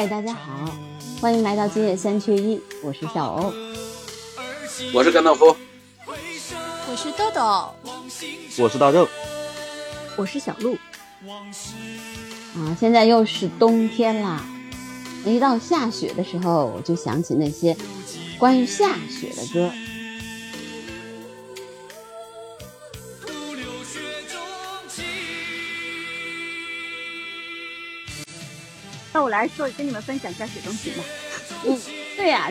嗨，大家好，欢迎来到今夜三缺一，我是小欧， 我是甘道夫， 我是豆豆， 我是大正， 我是小鹿。 现在又是冬天啦，一到下雪的时候，我就想起那些关于下雪的歌。 那我来跟你们分享一下雪中情吧。 对呀。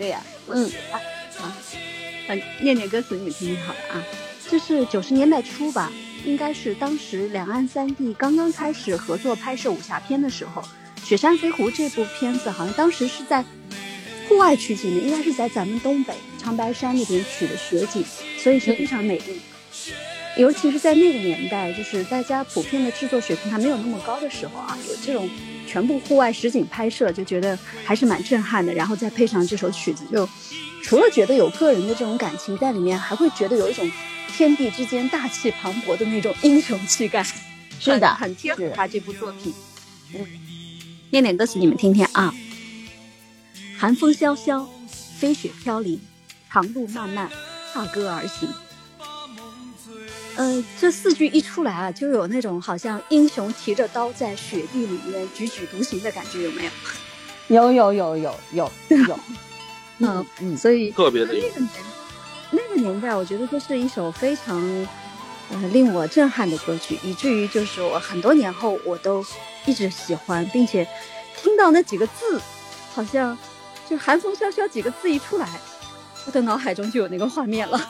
念念歌词你们听听好了啊。这是90年代初吧，应该是当时两岸三地刚刚开始合作拍摄武侠片的时候，《雪山飞狐》这部片子好像当时是在户外取景的，应该是在咱们东北长白山那边取的雪景，所以是非常美丽。尤其是在那个年代，就是大家普遍的制作水平还没有那么高的时候啊，有这种全部户外实景拍摄，就觉得还是蛮震撼的。然后再配上这首曲子，就除了觉得有个人的这种感情在里面，还会觉得有一种天地之间大气磅礴的那种英雄气概。 是的， 很贴合他这部作品。念点歌词你们听听啊。寒风萧萧，飞雪飘零，长路漫漫，踏歌而行。这4句一出来啊，就有那种好像英雄提着刀在雪地里面踽踽独行的感觉，有没有？有。所以特别的那个年代，我觉得这是一首非常令我震撼的歌曲，以至于就是我很多年后我都一直喜欢，并且听到那几个字，好像就寒风萧萧几个字一出来，我的脑海中就有那个画面了。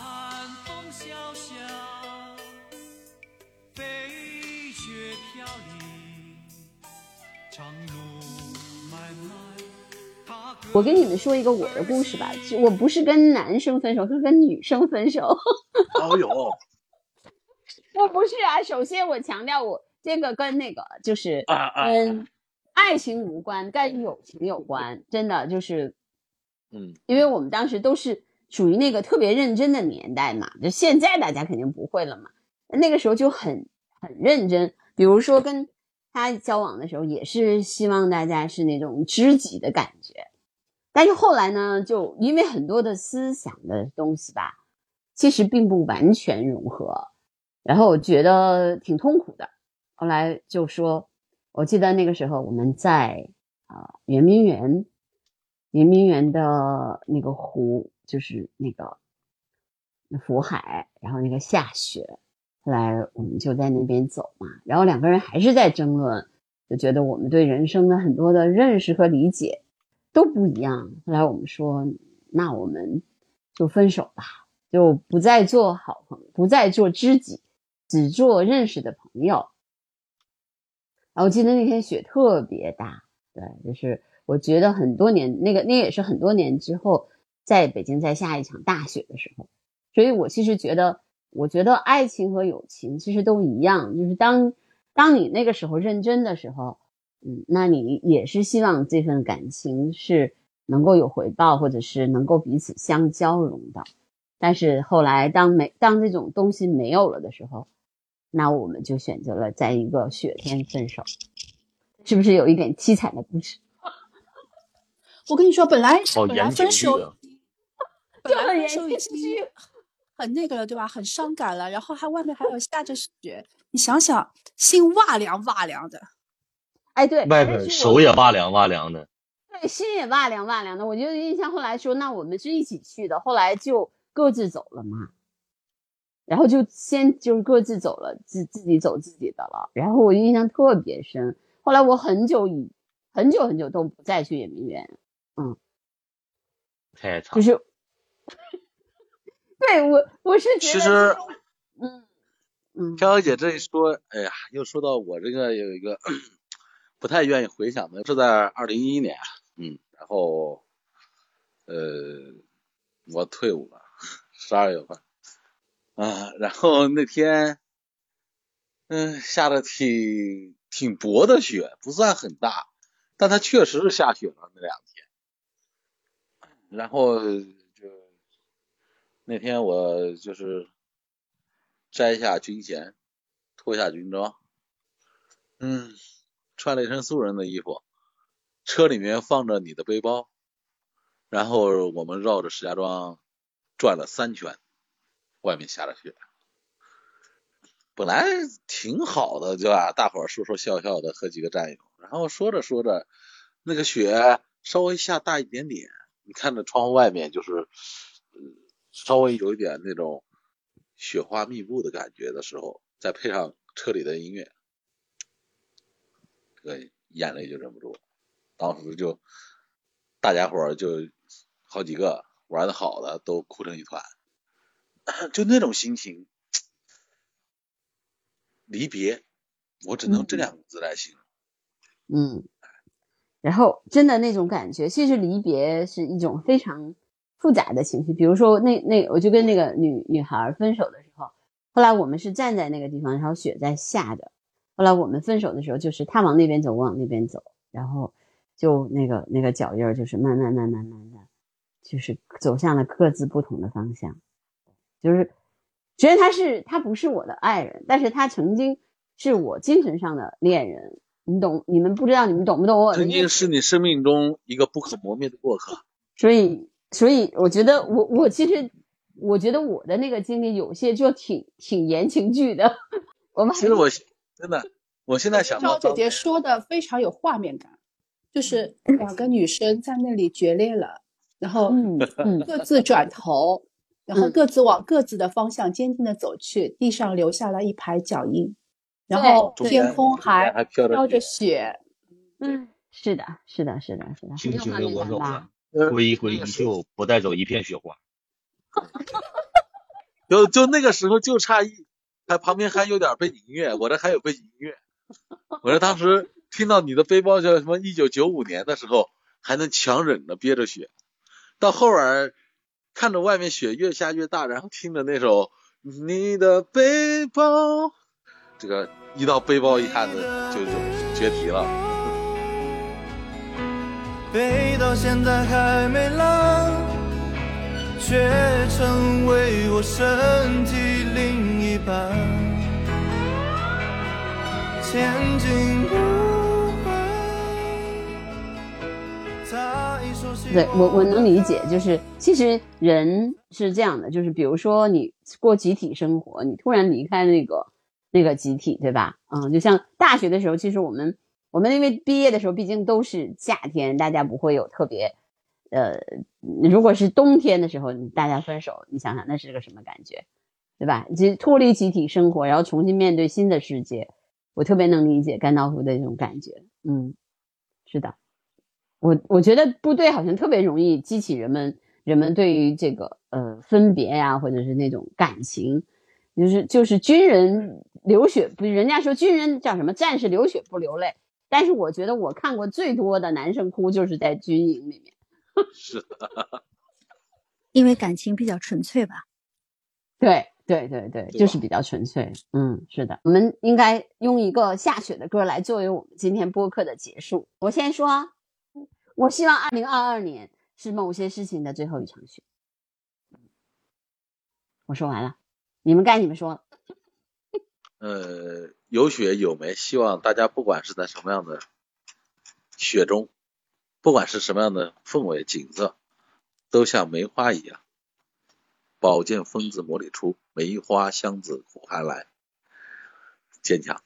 我跟你们说一个我的故事吧，我不是跟男生分手，是跟女生分手。 哦哟， 我不是啊，首先我强调，我这个跟那个就是跟爱情无关，跟友情有关，真的就是因为我们当时都是属于那个特别认真的年代嘛，就现在大家肯定不会了嘛，那个时候就很认真。比如说跟他交往的时候，也是希望大家是那种知己的感觉。但是后来呢，就因为很多的思想的东西吧，其实并不完全融合，然后我觉得挺痛苦的。后来就说，我记得那个时候我们在圆明园的那个湖，就是那个福海，然后那个下雪，后来我们就在那边走嘛，然后两个人还是在争论，就觉得我们对人生的很多的认识和理解都不一样。后来我们说，那我们就分手吧，就不再做好朋友，不再做知己，只做认识的朋友。然后我记得那天雪特别大，对，就是我觉得很多年，那也是很多年之后，在北京再下一场大雪的时候。所以我其实觉得，我觉得爱情和友情其实都一样，就是当你那个时候认真的时候，那你也是希望这份感情是能够有回报，或者是能够彼此相交融的。但是后来当这种东西没有了的时候，那我们就选择了在一个雪天分手。是不是有一点凄惨的故事？ 我跟你说，本来分手已经很那个了，对吧？很伤感了，然后外面还有下着雪，你想想，心哇凉哇凉的。 哎，对， 外面手也哇凉哇凉的。 对，心也哇凉哇凉的。我就印象后来说，那我们是一起去的，后来就各自走了嘛。然后就是各自走了，自己走自己的了。然后我印象特别深。后来我很久都不再去圆明园。 太惨。 就是对，我是觉得其实飘小姐这一说，哎呀，又说到我这个有一个不太愿意回想的，是在2011年，然后我退伍了，12月份然后那天下的挺薄的雪，不算很大，但它确实是下雪了那2天。然后就那天我就是摘下军衔，脱下军装，穿了一身素人的衣服， 车里面放着你的背包，然后我们绕着石家庄转了3圈，外面下着雪，本来挺好的，对吧？大伙儿说说笑笑的，和几个战友，然后说着说着，那个雪稍微下大一点点，你看着窗户外面就是稍微有一点那种雪花密布的感觉的时候，再配上车里的音乐，这个眼泪就忍不住了。当时就大家伙儿就好几个玩的好的都哭成一团，就那种心情，离别，我只能这2个字来形容。 然后真的那种感觉，其实离别是一种非常复杂的情绪。比如说我就跟那个女孩分手的时候，后来我们是站在那个地方，然后雪在下着。后来我们分手的时候，就是他往那边走，我往那边走，然后就那个脚印就是慢慢的，就是走向了各自不同的方向。就是虽然他不是我的爱人，但是他曾经是我精神上的恋人。你们不知道你们懂不懂我的意思？ 曾经是你生命中一个不可磨灭的过客。 所以我觉得我其实我觉得我的那个经历有些就挺言情剧的。 其实我真的，我现在想到赵姐姐说的非常有画面感，就是2个女生在那里决裂了，然后各自转头，然后各自往各自的方向坚定的走去，地上留下了一排脚印，然后天空还飘着雪。 是的。 轻轻的我走了，挥一挥衣袖，不带走一片雪花。 就那个时候就差还旁边还有点背景音乐，我这还有背景音乐。我这当时听到你的背包叫什么1995年的时候，还能强忍着憋着雪，到后边看着外面雪越下越大，然后听着那首你的背包，这个一到背包一下子就决堤了。 背到现在还没冷，却成为我身体另一半，前进不会。 对，我能理解，就是其实人是这样的，就是比如说你过集体生活，你突然离开那个集体，对吧？就像大学的时候，其实我们因为毕业的时候毕竟都是夏天，大家不会有特别如果是冬天的时候大家分手，你想想那是个什么感觉，对吧？其实脱离集体生活，然后重新面对新的世界，我特别能理解甘道夫的这种感觉。是的，我觉得部队好像特别容易激起人们对于这个分别呀，或者是那种感情，就是军人流血，不是人家说军人叫什么战士流血不流泪，但是我觉得我看过最多的男生哭就是在军营里面。 是的，因为感情比较纯粹吧。 对，就是比较纯粹。是的，我们应该用一个下雪的歌来作为我们今天播客的结束。我先说，我希望2022年是某些事情的最后一场雪。我说完了，你们说了。 有雪有梅，希望大家不管是在什么样的雪中，不管是什么样的氛围景色，都像梅花一样，宝剑锋自磨砺出，梅花香自苦寒来，坚强。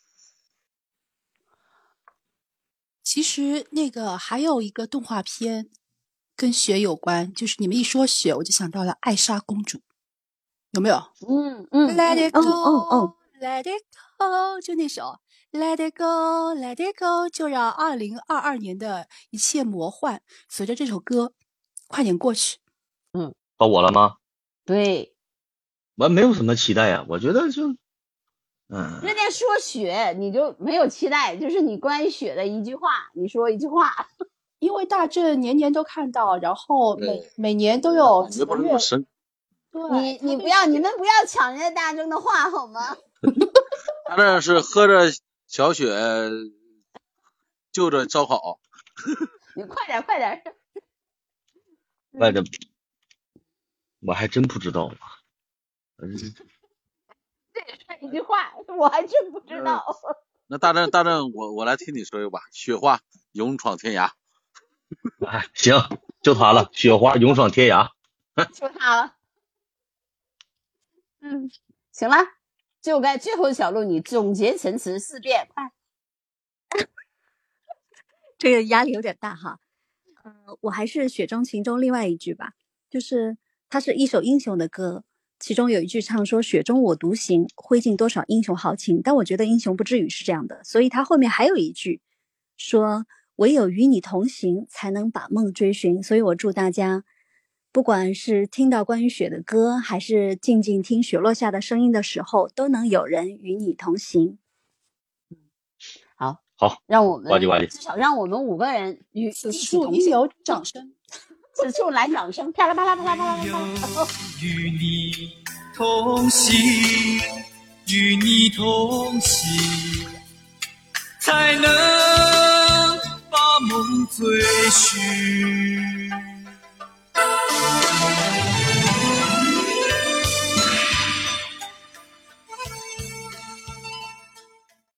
其实那个还有一个动画片跟雪有关，就是你们一说雪，我就想到了艾莎公主，有没有？Let it go, Let it go， 就那首 Let it go, Let it go， 就让2022年的一切魔幻随着这首歌快点过去。 到我了吗？ 对， 我没有什么期待呀，我觉得就人家说雪你就没有期待，就是你关于雪的一句话，你说一句话。 因为大震年年都看到，然后每年都有几个月。 对，你们不要抢人家大正的话好吗？ 他这是喝着小雪就着烧烤。 你快点快点。 我还真不知道。 这也是一句话，我还真不知道。 那大正，我来听你说一个吧，雪花勇闯天涯。 哎，行，就他了，雪花勇闯天涯。 就他了。行了，就该最后小鹿，你总结陈词4遍，快。 这个压力有点大哈。我还是雪中情中另外一句吧，就是它是一首英雄的歌，其中有一句唱说雪中我独行，挥尽多少英雄豪情，但我觉得英雄不至于是这样的，所以它后面还有一句说唯有与你同行才能把梦追寻。所以我祝大家不管是听到关于雪的歌，还是静静听雪落下的声音的时候，都能有人与你同行。 好， 让我们至少让我们5个人一起同行。 有掌声， 此处来掌声，啪啦啪啦啪啦啪啦啪啦。 与你同行，与你同行，才能把梦追寻。